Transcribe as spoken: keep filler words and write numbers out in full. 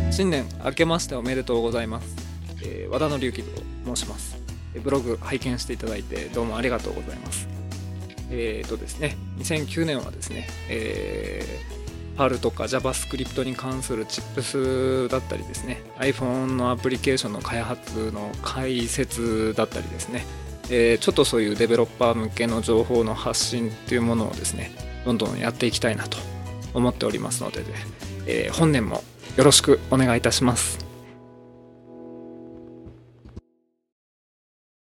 新年明けましておめでとうございます。えー、和田の隆起と申します。ブログ拝見していただいてどうもありがとうございます。えーとですね、にせんきゅうねんはですね、えー、パール とか JavaScript に関するチップスだったりですね、 iPhone のアプリケーションの開発の解説だったりですね、えー、ちょっとそういうデベロッパー向けの情報の発信っていうものをですね、どんどんやっていきたいなと思っておりますので、えー、本年もよろしくお願いいたします。